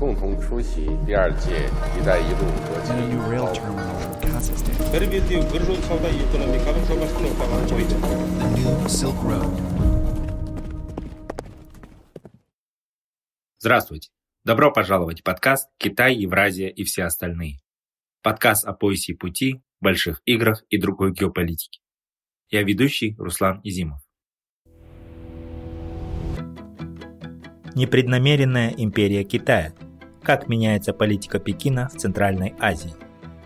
共同出席第二届“一带一路”国际高峰。 Здравствуйте! Добро пожаловать в подкаст «Китай, Евразия и все остальные». Подкаст о поясе пути, больших играх и другой геополитике. Я ведущий Руслан Изимов. Непреднамеренная империя Китая. Как меняется политика Пекина в Центральной Азии?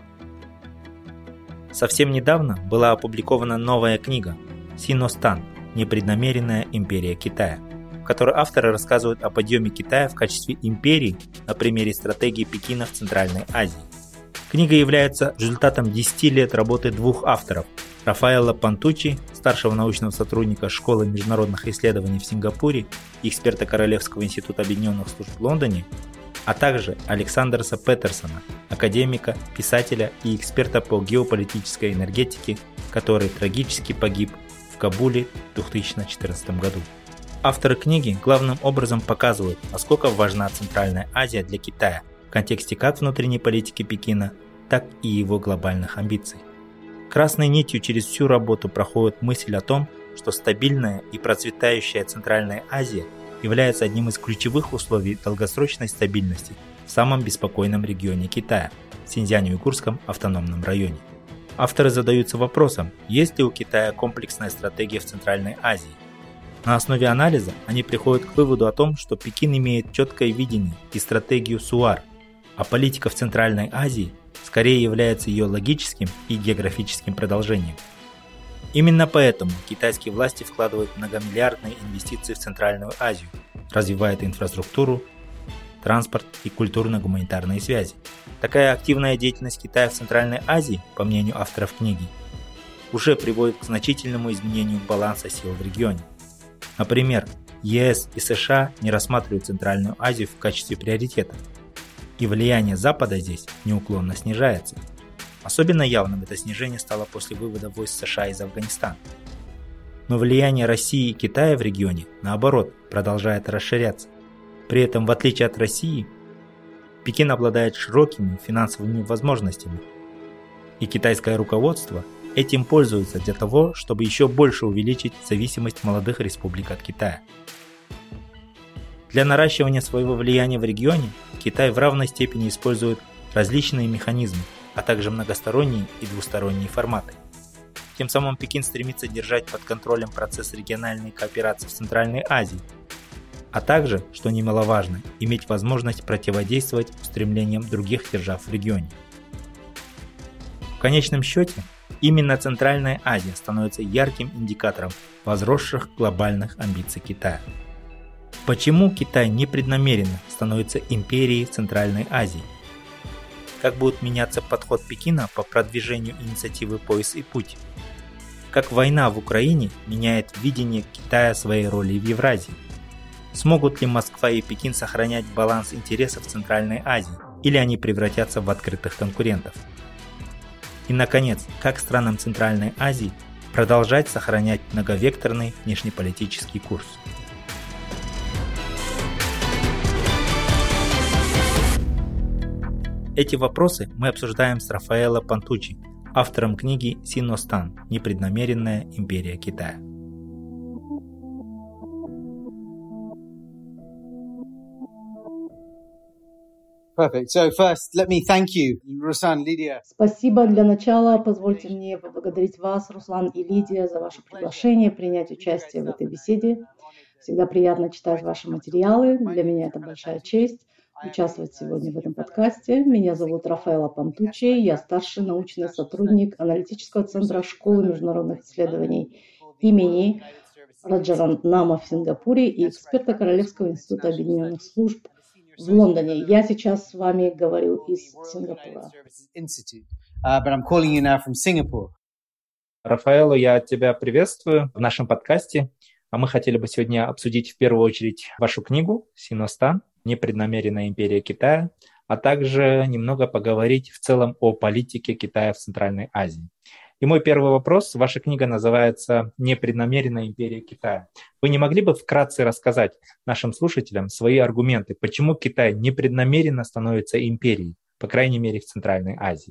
Совсем недавно была опубликована новая книга «Синостан. Непреднамеренная империя Китая», в которой авторы рассказывают о подъеме Китая в качестве империи на примере стратегии Пекина в Центральной Азии. Книга является результатом 10 лет работы двух авторов – Рафаэло Пантуччи, старшего научного сотрудника Школы международных исследований в Сингапуре и эксперта Королевского института объединенных служб в Лондоне, а также Александерса Петерсона, академика, писателя и эксперта по геополитической энергетике, который трагически погиб в Кабуле в 2014 году. Авторы книги главным образом показывают, насколько важна Центральная Азия для Китая в контексте как внутренней политики Пекина, так и его глобальных амбиций. Красной нитью через всю работу проходит мысль о том, что стабильная и процветающая Центральная Азия является одним из ключевых условий долгосрочной стабильности в самом беспокойном регионе Китая – Синьцзянь-Уйгурском автономном районе. Авторы задаются вопросом, есть ли у Китая комплексная стратегия в Центральной Азии. На основе анализа они приходят к выводу о том, что Пекин имеет четкое видение и стратегию СУАР, а политика в Центральной Азии скорее является ее логическим и географическим продолжением. Именно поэтому китайские власти вкладывают многомиллиардные инвестиции в Центральную Азию, развивают инфраструктуру, транспорт и культурно-гуманитарные связи. Такая активная деятельность Китая в Центральной Азии, по мнению авторов книги, уже приводит к значительному изменению баланса сил в регионе. Например, ЕС и США не рассматривают Центральную Азию в качестве приоритета, и влияние Запада здесь неуклонно снижается. Особенно явным это снижение стало после вывода войск США из Афганистана. Но влияние России и Китая в регионе, наоборот, продолжает расширяться. При этом, в отличие от России, Пекин обладает широкими финансовыми возможностями, и китайское руководство этим пользуется для того, чтобы еще больше увеличить зависимость молодых республик от Китая. Для наращивания своего влияния в регионе Китай в равной степени использует различные механизмы, а также многосторонние и двусторонние форматы. Тем самым Пекин стремится держать под контролем процесс региональной кооперации в Центральной Азии, а также, что немаловажно, иметь возможность противодействовать устремлениям других держав в регионе. В конечном счете, именно Центральная Азия становится ярким индикатором возросших глобальных амбиций Китая. Почему Китай непреднамеренно становится империей в Центральной Азии? Как будет меняться подход Пекина по продвижению инициативы «Пояс и путь»? Как война в Украине меняет видение Китая своей роли в Евразии? Смогут ли Москва и Пекин сохранять баланс интересов в Центральной Азии, или они превратятся в открытых конкурентов? И, наконец, как странам Центральной Азии продолжать сохранять многовекторный внешнеполитический курс? Эти вопросы мы обсуждаем с Рафаэло Пантуччи, автором книги «Синостан. Непреднамеренная империя Китая». Perfect. So first, let me thank you, Ruslan, Lydia. Спасибо. Для начала позвольте мне поблагодарить вас, Руслан и Лидия, за ваше приглашение принять участие в этой беседе. Всегда приятно читать ваши материалы. Для меня это большая честь участвовать сегодня в этом подкасте. Меня зовут Рафаэло Пантуччи, я старший научный сотрудник аналитического центра Школы международных исследований имени Раджарантнама в Сингапуре и эксперта Королевского института объединенных служб в Лондоне. Я сейчас с вами говорю из Сингапура. Рафаэло, я тебя приветствую в нашем подкасте. А мы хотели бы сегодня обсудить в первую очередь вашу книгу «Синостан. Непреднамеренная империя Китая», а также немного поговорить в целом о политике Китая в Центральной Азии. И мой первый вопрос. Ваша книга называется «Непреднамеренная империя Китая». Вы не могли бы вкратце рассказать нашим слушателям свои аргументы, почему Китай непреднамеренно становится империей, по крайней мере, в Центральной Азии?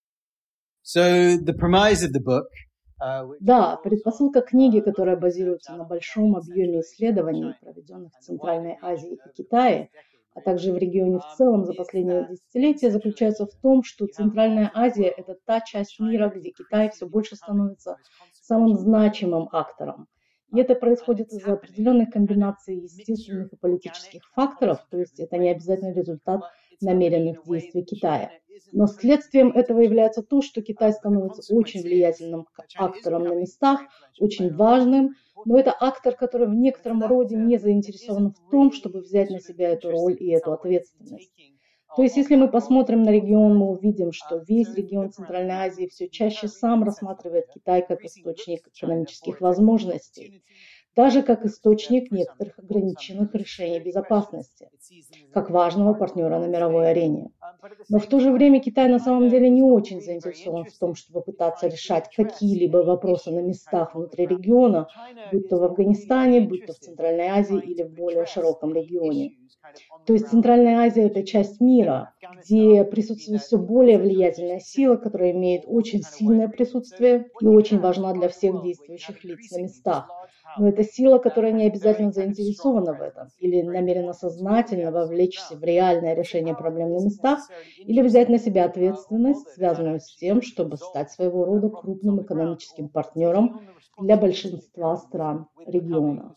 Да, предпосылка книги, которая базируется на большом объеме исследований, проведенных в Центральной Азии и Китае, а также в регионе в целом за последние десятилетия, заключается в том, что Центральная Азия – это та часть мира, где Китай все больше становится самым значимым актором. И это происходит из-за определенной комбинации естественных и политических факторов, то есть это не обязательно результат намеренных действий Китая. Но следствием этого является то, что Китай становится очень влиятельным актором на местах, очень важным, но это актор, который в некотором роде не заинтересован в том, чтобы взять на себя эту роль и эту ответственность. То есть, если мы посмотрим на регион, мы увидим, что весь регион Центральной Азии все чаще сам рассматривает Китай как источник экономических возможностей, даже как источник некоторых ограниченных решений безопасности, как важного партнера на мировой арене. Но в то же время Китай на самом деле не очень заинтересован в том, чтобы пытаться решать какие-либо вопросы на местах внутри региона, будь то в Афганистане, будь то в Центральной Азии или в более широком регионе. То есть Центральная Азия – это часть мира, где присутствует все более влиятельная сила, которая имеет очень сильное присутствие и очень важна для всех действующих лиц на местах. Но это сила, которая не обязательно заинтересована в этом или намерена сознательно вовлечься в реальное решение проблем на местах или взять на себя ответственность, связанную с тем, чтобы стать своего рода крупным экономическим партнером для большинства стран региона.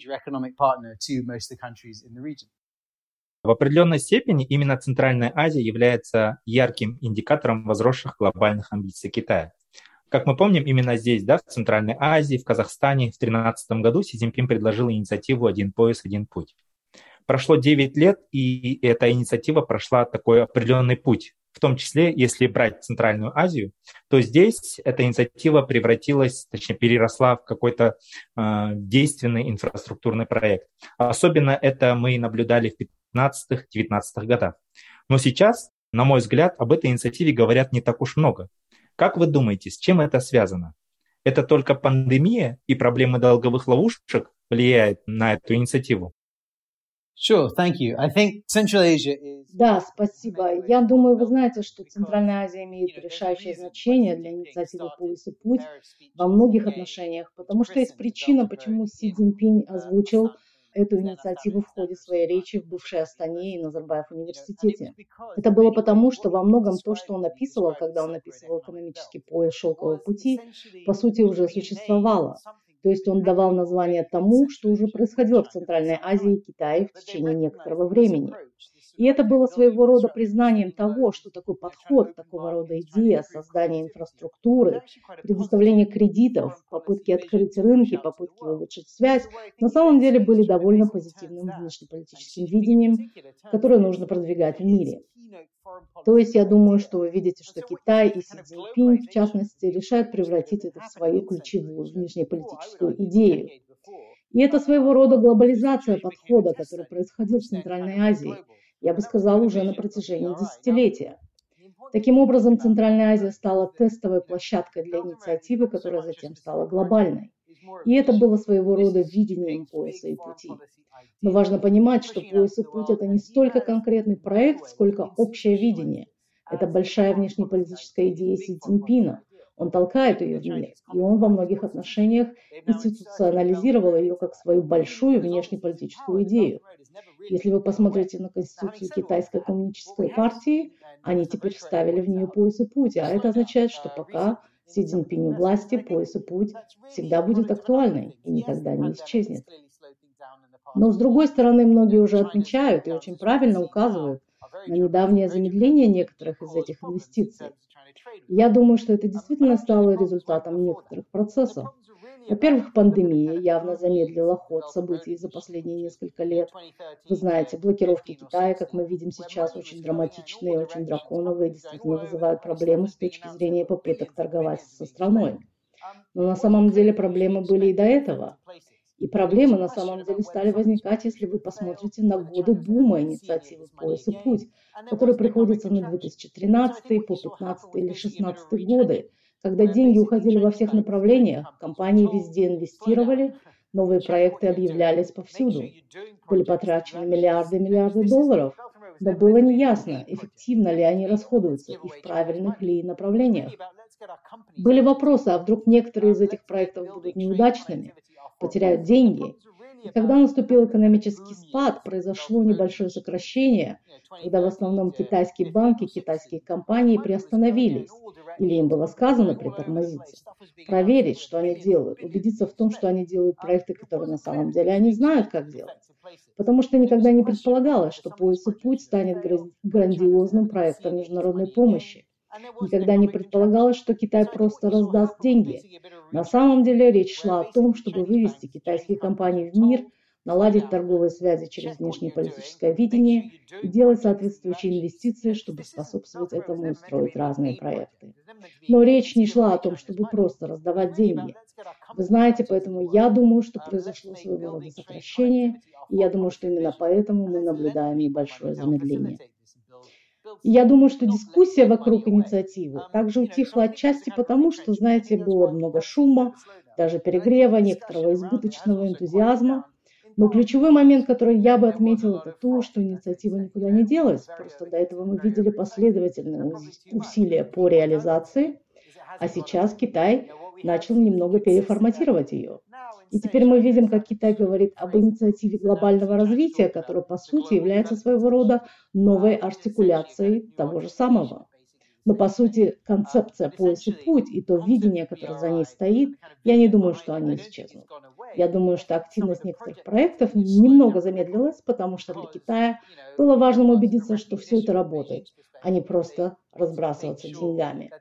В определенной степени именно Центральная Азия является ярким индикатором возросших глобальных амбиций Китая. Как мы помним, именно здесь, в Центральной Азии, в Казахстане, в 2013 году Си Цзиньпин предложил инициативу «Один пояс, один путь». Прошло 9 лет, и эта инициатива прошла такой определенный путь. В том числе, если брать Центральную Азию, то здесь эта инициатива превратилась, точнее, переросла в какой-то действенный инфраструктурный проект. Особенно это мы наблюдали в 15-19 годах. Но сейчас, на мой взгляд, об этой инициативе говорят не так уж много. Как вы думаете, с чем это связано? Это только пандемия и проблемы долговых ловушек влияют на эту инициативу? Да, спасибо. Я думаю, вы знаете, что Центральная Азия имеет решающее значение для инициативы «Пояс и путь» во многих отношениях, потому что есть причина, почему Си Цзиньпин озвучил эту инициативу в ходе своей речи в бывшей Астане и Назарбаев университете. Это было потому, что во многом то, что он описывал, когда он описывал экономический пояс шелкового пути, по сути уже существовало. То есть он давал название тому, что уже происходило в Центральной Азии и Китае в течение некоторого времени. И это было своего рода признанием того, что такой подход, такого рода идея создания инфраструктуры, предоставления кредитов, попытки открыть рынки, попытки улучшить связь, на самом деле были довольно позитивным внешнеполитическим видением, которое нужно продвигать в мире. То есть я думаю, что вы видите, что Китай и Си Цзиньпин, в частности, решают превратить это в свою ключевую внешнеполитическую идею. И это своего рода глобализация подхода, который происходил в Центральной Азии, я бы сказала, уже на протяжении десятилетия. Таким образом, Центральная Азия стала тестовой площадкой для инициативы, которая затем стала глобальной. И это было своего рода видением пояса и пути. Но важно понимать, что пояс и путь – это не столько конкретный проект, сколько общее видение. Это большая внешнеполитическая идея Си Цзиньпина. Он толкает ее в мир, и он во многих отношениях институционализировал ее как свою большую внешнеполитическую идею. Если вы посмотрите на Конституцию Китайской коммунистической партии, они теперь вставили в нее пояс и путь, а это означает, что пока Си Цзиньпин у власти, пояс и путь всегда будет актуальной и никогда не исчезнет. Но с другой стороны, многие уже отмечают и очень правильно указывают на недавнее замедление некоторых из этих инвестиций. Я думаю, что это действительно стало результатом некоторых процессов. Во-первых, пандемия явно замедлила ход событий за последние несколько лет. Вы знаете, блокировки Китая, как мы видим сейчас, очень драматичные, очень драконовые, действительно вызывают проблемы с точки зрения попыток торговать со страной. Но на самом деле проблемы были и до этого. И проблемы на самом деле стали возникать, если вы посмотрите на годы бума инициативы «Пояс и путь», который приходится на 2013, по 2015 или 2016 годы, Когда деньги уходили во всех направлениях, компании везде инвестировали, новые проекты объявлялись повсюду. Были потрачены миллиарды и миллиарды долларов, но было неясно, эффективно ли они расходуются и в правильных ли направлениях. Были вопросы, а вдруг некоторые из этих проектов будут неудачными, потеряют деньги. И когда наступил экономический спад, произошло небольшое сокращение, когда в основном китайские банки, китайские компании приостановились, или им было сказано притормозиться, проверить, что они делают, убедиться в том, что они делают проекты, которые на самом деле они знают, как делать. Потому что никогда не предполагалось, что «Пояс и путь» станет грандиозным проектом международной помощи. Никогда не предполагалось, что Китай просто раздаст деньги. На самом деле речь шла о том, чтобы вывести китайские компании в мир, наладить торговые связи через внешнеполитическое видение и делать соответствующие инвестиции, чтобы способствовать этому и строить разные проекты. Но речь не шла о том, чтобы просто раздавать деньги. Вы знаете, поэтому я думаю, что произошло своего рода сокращение, и я думаю, что именно поэтому мы наблюдаем небольшое замедление. И я думаю, что дискуссия вокруг инициативы также утихла отчасти потому, что, знаете, было много шума, даже перегрева, некоторого избыточного энтузиазма. Но ключевой момент, который я бы отметил, это то, что инициатива никуда не делась. Просто до этого мы видели последовательные усилия по реализации, а сейчас Китай начал немного переформатировать ее. И теперь мы видим, как Китай говорит об инициативе глобального развития, которая, по сути, является своего рода новой артикуляцией того же самого. Но, по сути, концепция «Пояс и путь» и то видение, которое за ней стоит, я не думаю, что они исчезнут. Я думаю, что активность некоторых проектов немного замедлилась, потому что для Китая было важным убедиться, что все это работает, а не просто разбрасываться деньгами.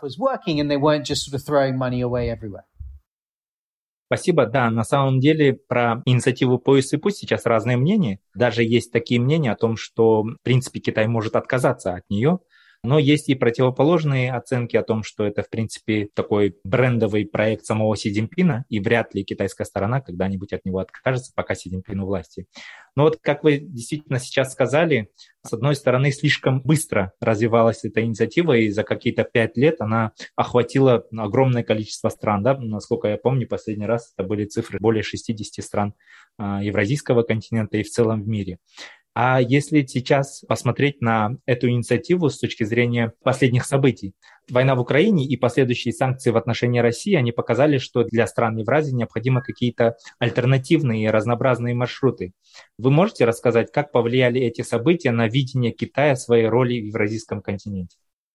Спасибо. Да, на самом деле про инициативу «Пояс и путь» сейчас разные мнения. Даже есть такие мнения о том, что, в принципе, Китай может отказаться от нее. Но есть и противоположные оценки о том, что это, в принципе, такой брендовый проект самого Си Цзиньпина, и вряд ли китайская сторона когда-нибудь от него откажется, пока Си Цзиньпин у власти. Но вот, как вы действительно сейчас сказали, с одной стороны, слишком быстро развивалась эта инициатива, и за какие-то 5 лет она охватила огромное количество стран. Да? Насколько я помню, последний раз это были цифры более 60 стран Евразийского континента и в целом в мире. А если сейчас посмотреть на эту инициативу с точки зрения последних событий, война в Украине и последующие санкции в отношении России, они показали, что для стран Евразии необходимы какие-то альтернативные и разнообразные маршруты. Вы можете рассказать, как повлияли эти события на видение Китая своей роли в евразийском континенте?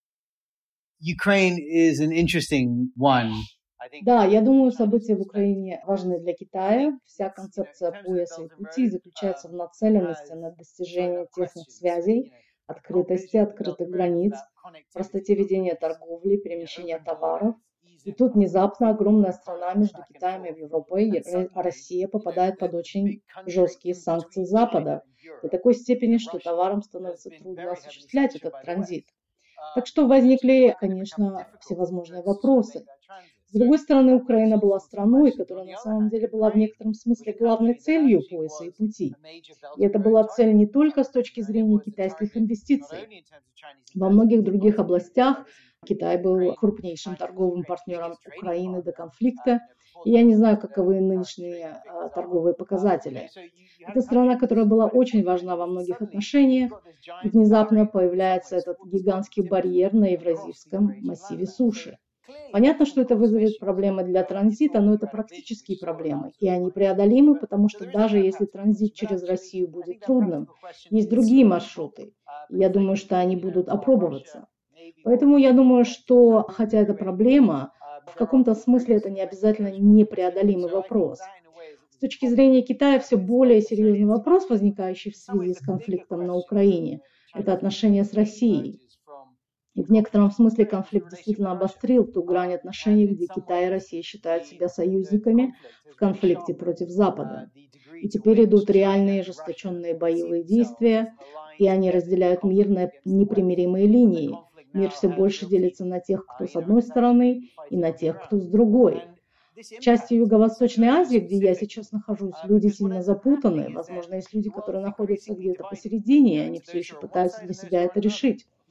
Ukraine is an interesting one. Да, я думаю, события в Украине важны для Китая. Вся концепция пояса и пути заключается в нацеленности на достижение тесных связей, открытости, открытых границ, простоте ведения торговли, перемещения товаров. И тут внезапно огромная страна между Китаем и Европой, Россия, попадает под очень жесткие санкции Запада до такой степени, что товарам становится трудно осуществлять этот транзит. Так что возникли, конечно, всевозможные вопросы. С другой стороны, Украина была страной, которая на самом деле была в некотором смысле главной целью пояса и пути. И это была цель не только с точки зрения китайских инвестиций. Во многих других областях Китай был крупнейшим торговым партнером Украины до конфликта. И я не знаю, каковы нынешние торговые показатели. Это страна, которая была очень важна во многих отношениях. И внезапно появляется этот гигантский барьер на евразийском массиве суши. Понятно, что это вызовет проблемы для транзита, но это практические проблемы, и они преодолимы, потому что даже если транзит через Россию будет трудным, есть другие маршруты. И я думаю, что они будут опробоваться. Поэтому я думаю, что, хотя это проблема, в каком-то смысле это не обязательно непреодолимый вопрос. С точки зрения Китая все более серьезный вопрос, возникающий в связи с конфликтом на Украине, это отношения с Россией. И в некотором смысле конфликт действительно обострил ту грань отношений, где Китай и Россия считают себя союзниками в конфликте против Запада. И теперь идут реальные ожесточенные боевые действия, и они разделяют мир на непримиримые линии. Мир все больше делится на тех, кто с одной стороны, и на тех, кто с другой. В части Юго-Восточной Азии, где я сейчас нахожусь, люди сильно запутаны. Возможно, есть люди, которые находятся где-то посередине, и они все еще пытаются для себя это решить.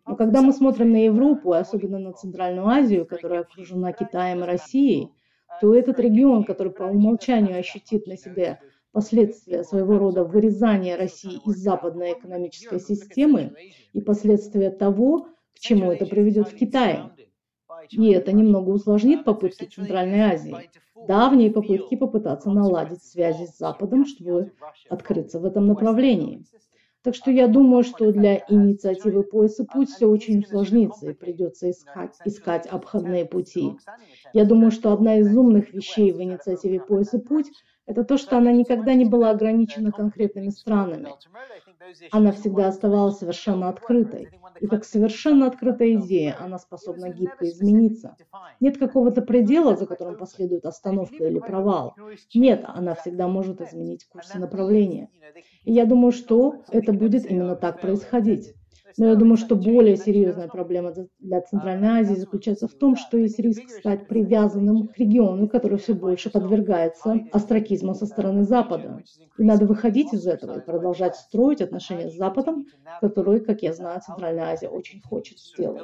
Но когда мы смотрим на Европу, и особенно на Центральную Азию, которая окружена Китаем и Россией, то этот регион, который по умолчанию ощутит на себе последствия своего рода вырезания России из западной экономической системы и последствия того, к чему это приведет в Китае. И это немного усложнит попытки Центральной Азии, давние попытки попытаться наладить связи с Западом, чтобы открыться в этом направлении. Так что я думаю, что для инициативы «Пояс и путь» все очень усложнится и придется искать обходные пути. Я думаю, что одна из умных вещей в инициативе «Пояс и путь» — это то, что она никогда не была ограничена конкретными странами. Она всегда оставалась совершенно открытой. И как совершенно открытая идея, она способна гибко измениться. Нет какого-то предела, за которым последует остановка или провал. Нет, она всегда может изменить курс и направление. И я думаю, что это будет именно так происходить. Но я думаю, что более серьезная проблема для Центральной Азии заключается в том, что есть риск стать привязанным к региону, который все больше подвергается остракизму со стороны Запада. И надо выходить из этого и продолжать строить отношения с Западом, которые, как я знаю, Центральная Азия очень хочет сделать.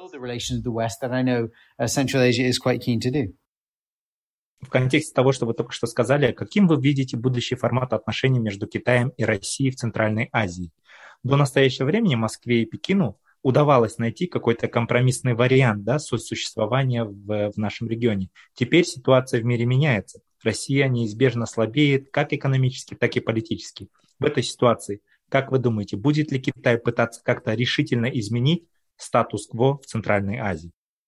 В контексте того, что вы только что сказали, каким вы видите будущий формат отношений между Китаем и Россией в Центральной Азии? До настоящего времени Москве и Пекину удавалось найти какой-то компромиссный вариант сосуществования в нашем регионе. Теперь ситуация в мире меняется. Россия неизбежно слабеет как экономически, так и политически. В этой ситуации, как вы думаете, будет ли Китай пытаться как-то решительно изменить статус-кво в Центральной Азии?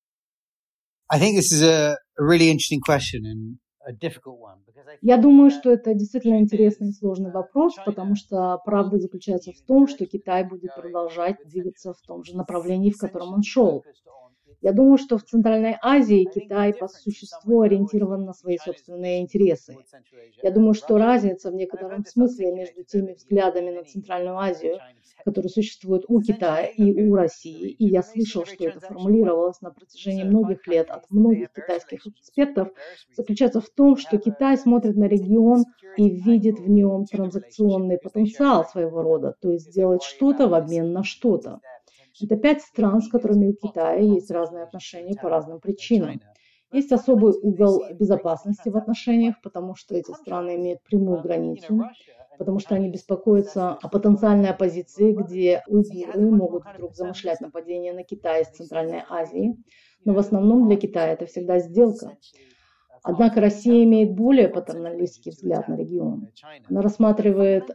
Я думаю, что это действительно интересный и сложный вопрос, потому что правда заключается в том, что Китай будет продолжать двигаться в том же направлении, в котором он шел. Я думаю, что в Центральной Азии Китай по существу ориентирован на свои собственные интересы. Я думаю, что разница в некотором смысле между теми взглядами на Центральную Азию, которые существуют у Китая и у России, и я слышал, что это формулировалось на протяжении многих лет от многих китайских экспертов, заключается в том, что Китай смотрит на регион и видит в нем транзакционный потенциал своего рода, то есть делать что-то в обмен на что-то. Это 5 стран, с которыми у Китая есть разные отношения по разным причинам. Есть особый угол безопасности в отношениях, потому что эти страны имеют прямую границу, потому что они беспокоятся о потенциальной оппозиции, где уйгуры могут вдруг замышлять нападение на Китай из Центральной Азии. Но в основном для Китая это всегда сделка. Однако Россия имеет более патерналистский взгляд на регион. Она рассматривает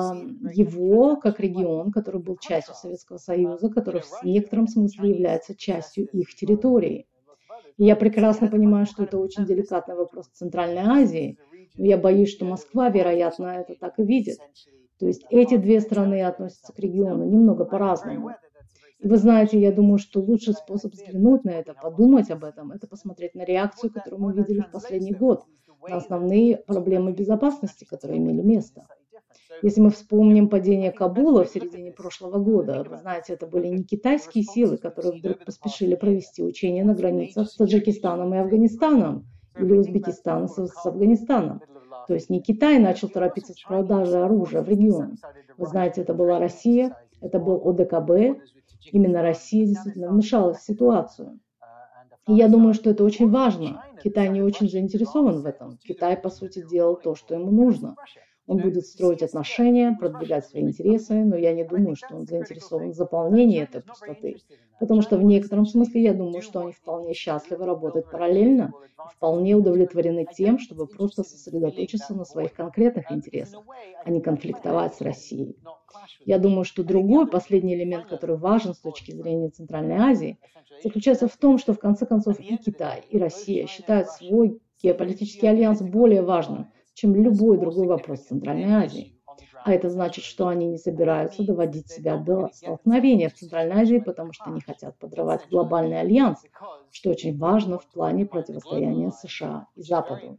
его как регион, который был частью Советского Союза, который в некотором смысле является частью их территории. И я прекрасно понимаю, что это очень деликатный вопрос в Центральной Азии, но я боюсь, что Москва, вероятно, это так и видит. То есть эти две страны относятся к региону немного по-разному. И вы знаете, я думаю, что лучший способ взглянуть на это, подумать об этом, это посмотреть на реакцию, которую мы видели в последний год, на основные проблемы безопасности, которые имели место. Если мы вспомним падение Кабула в середине прошлого года, вы знаете, это были не китайские силы, которые вдруг поспешили провести учения на границах с Таджикистаном и Афганистаном, или Узбекистаном с Афганистаном. То есть не Китай начал торопиться с продажей оружия в регион. Вы знаете, это была Россия, это был ОДКБ. Именно Россия действительно вмешалась в ситуацию. И я думаю, что это очень важно. Китай не очень заинтересован в этом. Китай, по сути, делал то, что ему нужно. Он будет строить отношения, продвигать свои интересы, но я не думаю, что он заинтересован в заполнении этой пустоты. Потому что в некотором смысле я думаю, что они вполне счастливы работать параллельно, вполне удовлетворены тем, чтобы просто сосредоточиться на своих конкретных интересах, а не конфликтовать с Россией. Я думаю, что другой, последний элемент, который важен с точки зрения Центральной Азии, заключается в том, что в конце концов и Китай, и Россия считают свой геополитический альянс более важным, чем любой другой вопрос в Центральной Азии. А это значит, что они не собираются доводить себя до столкновения в Центральной Азии, потому что не хотят подрывать глобальный альянс, что очень важно в плане противостояния США и Западу.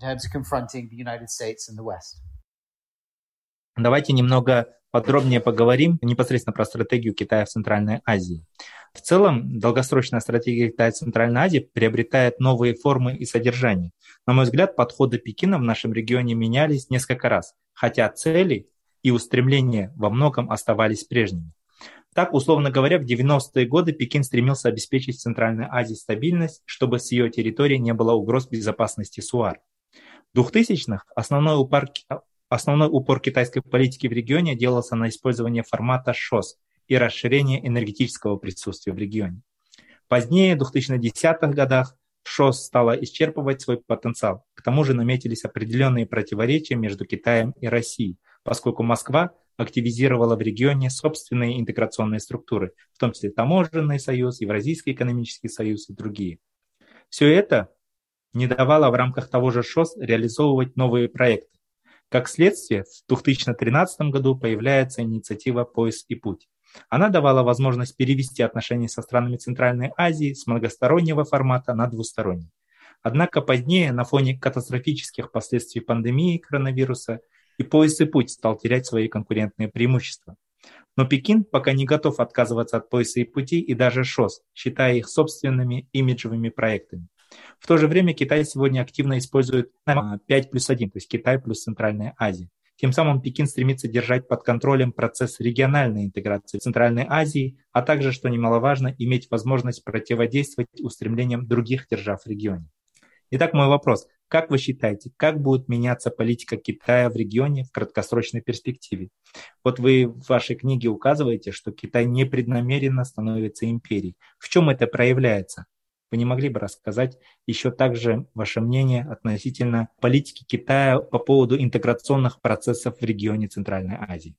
Давайте немного подробнее поговорим непосредственно про стратегию Китая в Центральной Азии. В целом, долгосрочная стратегия Китая в Центральной Азии приобретает новые формы и содержание. На мой взгляд, подходы Пекина в нашем регионе менялись несколько раз, хотя цели и устремления во многом оставались прежними. Так, условно говоря, в 90-е годы Пекин стремился обеспечить в Центральной Азии стабильность, чтобы с ее территории не было угроз безопасности СУАР. В 2000-х основной упор китайской политики в регионе делался на использование формата ШОС и расширение энергетического присутствия в регионе. Позднее, в 2010-х годах, ШОС стала исчерпывать свой потенциал. К тому же наметились определенные противоречия между Китаем и Россией, поскольку Москва активизировала в регионе собственные интеграционные структуры, в том числе Таможенный союз, Евразийский экономический союз и другие. Все это не давало в рамках того же ШОС реализовывать новые проекты. Как следствие, в 2013 году появляется инициатива «Пояс и путь». Она давала возможность перевести отношения со странами Центральной Азии с многостороннего формата на двусторонний. Однако позднее, на фоне катастрофических последствий пандемии коронавируса, и «Пояс и путь» стал терять свои конкурентные преимущества. Но Пекин пока не готов отказываться от «Пояса и пути» и даже ШОС, считая их собственными имиджевыми проектами. В то же время Китай сегодня активно использует 5+1, то есть Китай плюс Центральная Азия. Тем самым Пекин стремится держать под контролем процесс региональной интеграции в Центральной Азии, а также, что немаловажно, иметь возможность противодействовать устремлениям других держав в регионе. Итак, мой вопрос. Как вы считаете, как будет меняться политика Китая в регионе в краткосрочной перспективе? Вот вы в вашей книге указываете, что Китай непреднамеренно становится империей. В чем это проявляется? Вы не могли бы рассказать еще также ваше мнение относительно политики Китая по поводу интеграционных процессов в регионе Центральной Азии?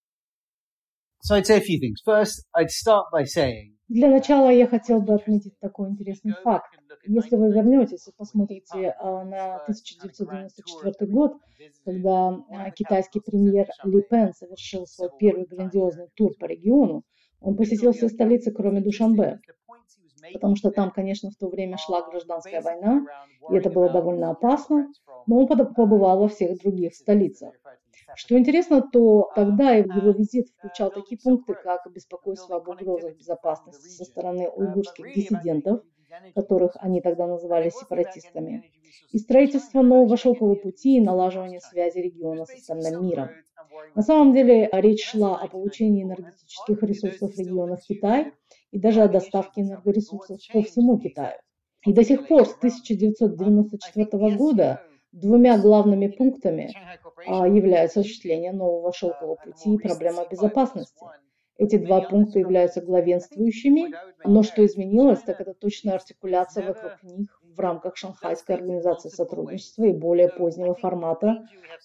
Для начала я хотел бы отметить такой интересный факт. Если вы вернетесь и посмотрите на 1994 год, когда китайский премьер Ли Пен совершил свой первый грандиозный тур по региону, он посетил все столицы, кроме Душанбе, потому что там, конечно, в то время шла гражданская война, и это было довольно опасно, но он побывал во всех других столицах. Что интересно, то тогда его визит включал такие пункты, как беспокойство об угрозах безопасности со стороны уйгурских диссидентов, которых они тогда называли сепаратистами, и строительство нового шелкового пути и налаживание связи региона с остальным миром. На самом деле речь шла о получении энергетических ресурсов региона в Китай и даже о доставке энергоресурсов по всему Китаю. И до сих пор с 1994 года двумя главными пунктами являются осуществление нового шелкового пути и проблема безопасности. Эти два пункта являются главенствующими, но что изменилось, так это точная артикуляция вокруг них в рамках Шанхайской организации сотрудничества и более позднего формата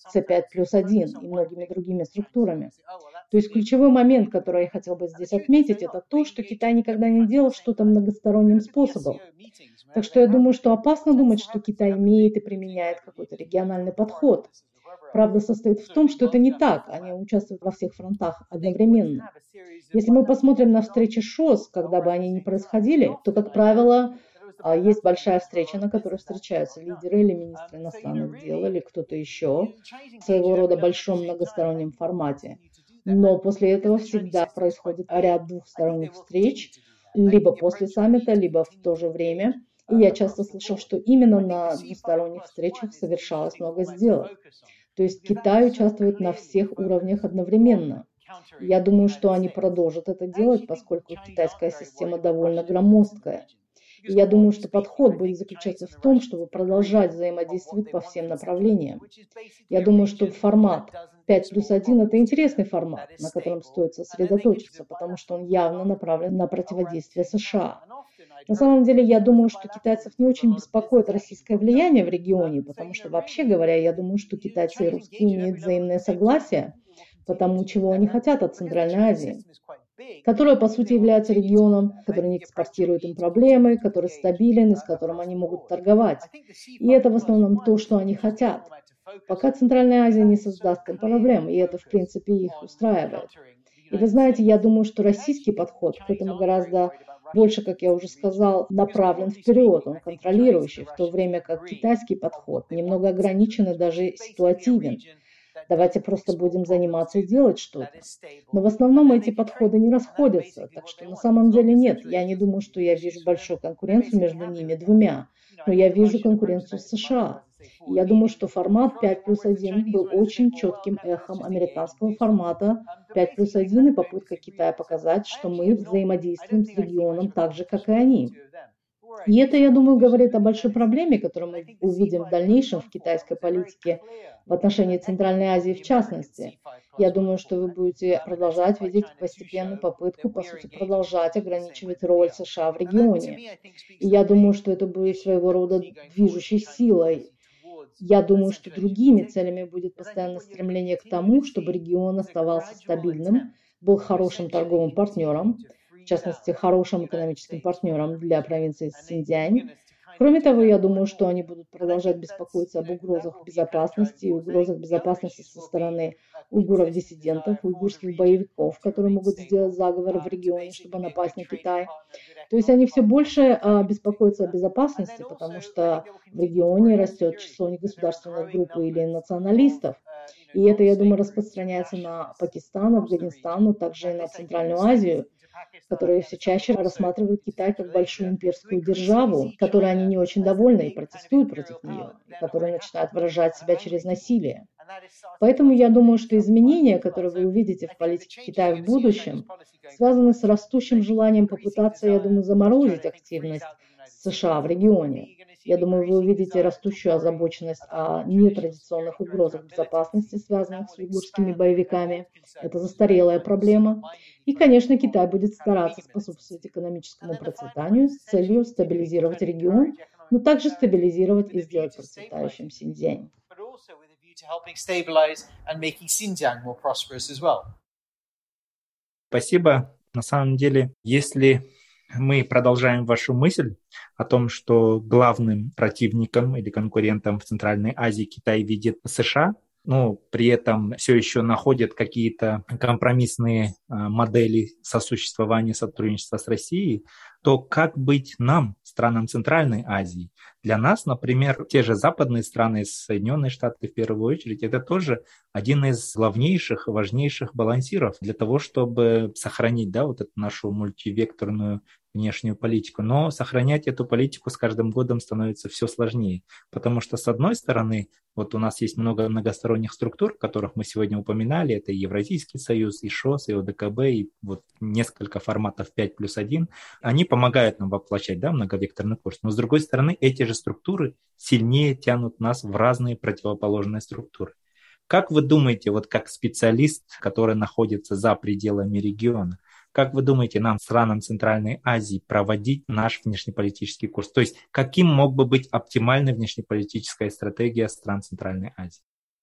C5+1 и многими другими структурами. То есть ключевой момент, который я хотел бы здесь отметить, это то, что Китай никогда не делал что-то многосторонним способом. Так что я думаю, что опасно думать, что Китай имеет и применяет какой-то региональный подход. Правда состоит в том, что это не так, они участвуют во всех фронтах одновременно. Если мы посмотрим на встречи ШОС, когда бы они ни происходили, то, как правило, есть большая встреча, на которой встречаются лидеры или министры иностранных дел или кто-то еще в своего рода большом многостороннем формате. Но после этого всегда происходит ряд двухсторонних встреч, либо после саммита, либо в то же время. И я часто слышал, что именно на двусторонних встречах совершалось много сделок. То есть Китай участвует на всех уровнях одновременно. Я думаю, что они продолжат это делать, поскольку китайская система довольно громоздкая. И я думаю, что подход будет заключаться в том, чтобы продолжать взаимодействовать по всем направлениям. Я думаю, что формат 5+1 – это интересный формат, на котором стоит сосредоточиться, потому что он явно направлен на противодействие США. На самом деле, я думаю, что китайцев не очень беспокоит российское влияние в регионе, потому что, вообще говоря, я думаю, что китайцы и русские имеют взаимное согласие по тому, чего они хотят от Центральной Азии, которая, по сути, является регионом, который не экспортирует им проблемы, который стабилен и с которым они могут торговать. И это в основном то, что они хотят. Пока Центральная Азия не создаст им проблем, и это, в принципе, их устраивает. И вы знаете, я думаю, что российский подход к этому гораздо больше, как я уже сказал, направлен вперед, он контролирующий, в то время как китайский подход немного ограничен и даже ситуативен. Давайте просто будем заниматься и делать что-то. Но в основном эти подходы не расходятся, так что на самом деле нет. Я не думаю, что я вижу большую конкуренцию между ними двумя, но я вижу конкуренцию с США. И я думаю, что формат 5+1 был очень четким эхом американского формата 5+1 и попытка Китая показать, что мы взаимодействуем с регионом так же, как и они. И это, я думаю, говорит о большой проблеме, которую мы увидим в дальнейшем в китайской политике в отношении Центральной Азии в частности. Я думаю, что вы будете продолжать видеть постепенную попытку, по сути, продолжать ограничивать роль США в регионе. И я думаю, что это будет своего рода движущей силой. Я думаю, что другими целями будет постоянное стремление к тому, чтобы регион оставался стабильным, был хорошим торговым партнером, в частности, хорошим экономическим партнером для провинции Синьцзянь. Кроме того, я думаю, что они будут продолжать беспокоиться об угрозах безопасности и угрозах безопасности со стороны уйгуров-диссидентов, уйгурских боевиков, которые могут сделать заговор в регионе, чтобы напасть на Китай. То есть они все больше беспокоятся о безопасности, потому что в регионе растет число негосударственных групп или националистов. И это, я думаю, распространяется на Пакистан, Афганистан, но также и на Центральную Азию, которые все чаще рассматривают Китай как большую имперскую державу, которой они не очень довольны и протестуют против нее, и которые начинают выражать себя через насилие. Поэтому я думаю, что изменения, которые вы увидите в политике Китая в будущем, связаны с растущим желанием попытаться, я думаю, заморозить активность США в регионе. Я думаю, вы увидите растущую озабоченность о нетрадиционных угрозах безопасности, связанных с уйгурскими боевиками. Это застарелая проблема. И, конечно, Китай будет стараться способствовать экономическому процветанию с целью стабилизировать регион, но также стабилизировать и сделать процветающим Синьцзянь. Спасибо. На самом деле, если мы продолжаем вашу мысль о том, что главным противником или конкурентом в Центральной Азии Китай видит США, но при этом все еще находят какие-то компромиссные модели сосуществования, сотрудничества с Россией, то как быть нам, странам Центральной Азии? Для нас, например, те же западные страны, Соединенные Штаты в первую очередь, это тоже один из главнейших, важнейших балансиров для того, чтобы сохранить вот эту нашу мультивекторную внешнюю политику. Но сохранять эту политику с каждым годом становится все сложнее, потому что, с одной стороны, вот у нас есть много многосторонних структур, которых мы сегодня упоминали, это и Евразийский союз, и ШОС, и ОДКБ, и вот несколько форматов 5+1, они помогают нам воплощать многовекторный курс. Но, с другой стороны, эти же структуры сильнее тянут нас в разные противоположные структуры. Как вы думаете, вот как специалист, который находится за пределами региона, как вы думаете, нам, странам Центральной Азии, проводить наш внешнеполитический курс? То есть, каким мог бы быть оптимальная внешнеполитическая стратегия стран Центральной Азии?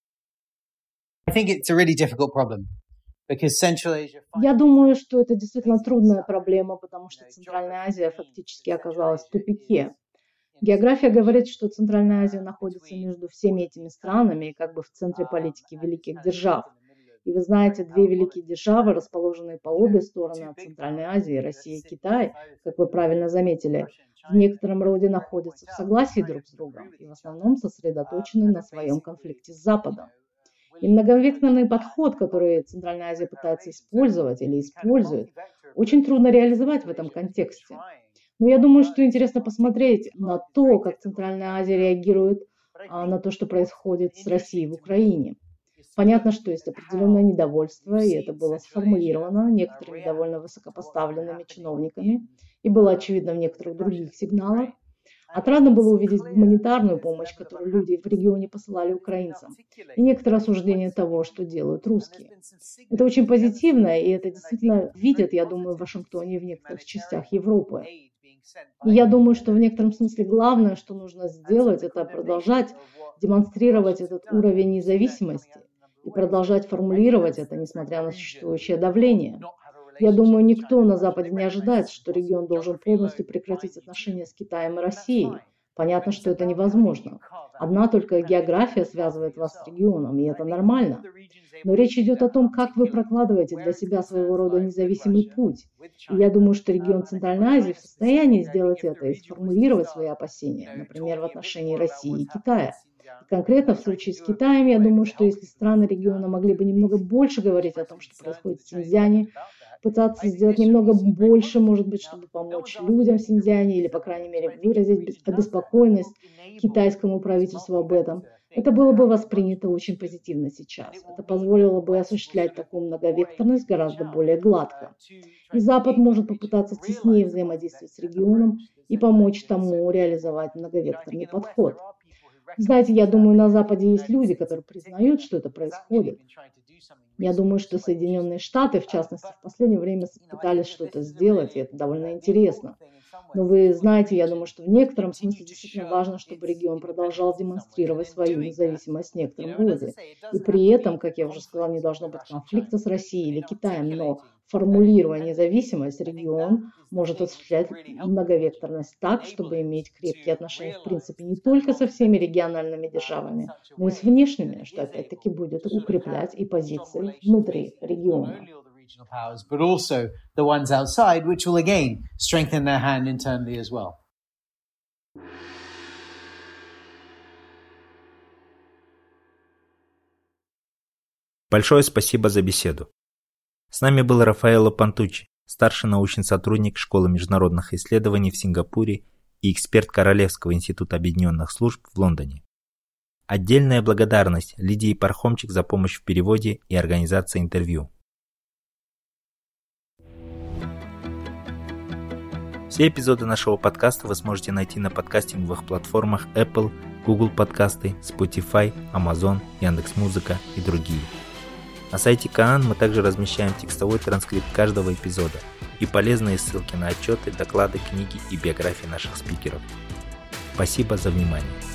Я думаю, что это действительно трудная проблема, потому что Центральная Азия фактически оказалась в тупике. География говорит, что Центральная Азия находится между всеми этими странами и как бы в центре политики великих держав. И вы знаете, две великие державы, расположенные по обе стороны от Центральной Азии, Россия и Китай, как вы правильно заметили, в некотором роде находятся в согласии друг с другом и в основном сосредоточены на своем конфликте с Западом. И многовекторный подход, который Центральная Азия пытается использовать или использует, очень трудно реализовать в этом контексте. Но я думаю, что интересно посмотреть на то, как Центральная Азия реагирует на то, что происходит с Россией в Украине. Понятно, что есть определенное недовольство, и это было сформулировано некоторыми довольно высокопоставленными чиновниками, и было очевидно в некоторых других сигналах. Отрадно было увидеть гуманитарную помощь, которую люди в регионе посылали украинцам, и некоторое осуждение того, что делают русские. Это очень позитивно, и это действительно видят, я думаю, в Вашингтоне и в некоторых частях Европы. И я думаю, что в некотором смысле главное, что нужно сделать, это продолжать демонстрировать этот уровень независимости и продолжать формулировать это, несмотря на существующее давление. Я думаю, никто на Западе не ожидает, что регион должен полностью прекратить отношения с Китаем и Россией. Понятно, что это невозможно. Одна только география связывает вас с регионом, и это нормально. Но речь идет о том, как вы прокладываете для себя своего рода независимый путь. И я думаю, что регион Центральной Азии в состоянии сделать это и сформулировать свои опасения, например, в отношении России и Китая. Конкретно в случае с Китаем, я думаю, что если страны региона могли бы немного больше говорить о том, что происходит в Синьцзяне, пытаться сделать немного больше, может быть, чтобы помочь людям в Синьцзяне или, по крайней мере, выразить обеспокоенность китайскому правительству об этом, это было бы воспринято очень позитивно сейчас. Это позволило бы осуществлять такую многовекторность гораздо более гладко. И Запад может попытаться теснее взаимодействовать с регионом и помочь тому реализовать многовекторный подход. Знаете, я думаю, на Западе есть люди, которые признают, что это происходит. Я думаю, что Соединенные Штаты, в частности, в последнее время пытались что-то сделать, и это довольно интересно. Но вы знаете, я думаю, что в некотором смысле действительно важно, чтобы регион продолжал демонстрировать свою независимость в некотором роде. И при этом, как я уже сказала, не должно быть конфликта с Россией или Китаем, но формулируя независимость, регион может осуществлять многовекторность так, чтобы иметь крепкие отношения, в принципе, не только со всеми региональными державами, но и с внешними, что опять-таки будет укреплять и позиции внутри региона. Powers, but also the ones outside, which will again strengthen their hand internally as well. Большое спасибо за беседу. С нами был Рафаэло Пантуччи, старший научный сотрудник Школы международных исследований в Сингапуре и эксперт Королевского института объединенных служб в Лондоне. Отдельная благодарность Лидии Пархомчик за помощь в переводе и организации интервью. Все эпизоды нашего подкаста вы сможете найти на подкастинговых платформах Apple, Google подкасты, Spotify, Amazon, Яндекс.Музыка и другие. На сайте Каан мы также размещаем текстовой транскрипт каждого эпизода и полезные ссылки на отчеты, доклады, книги и биографии наших спикеров. Спасибо за внимание.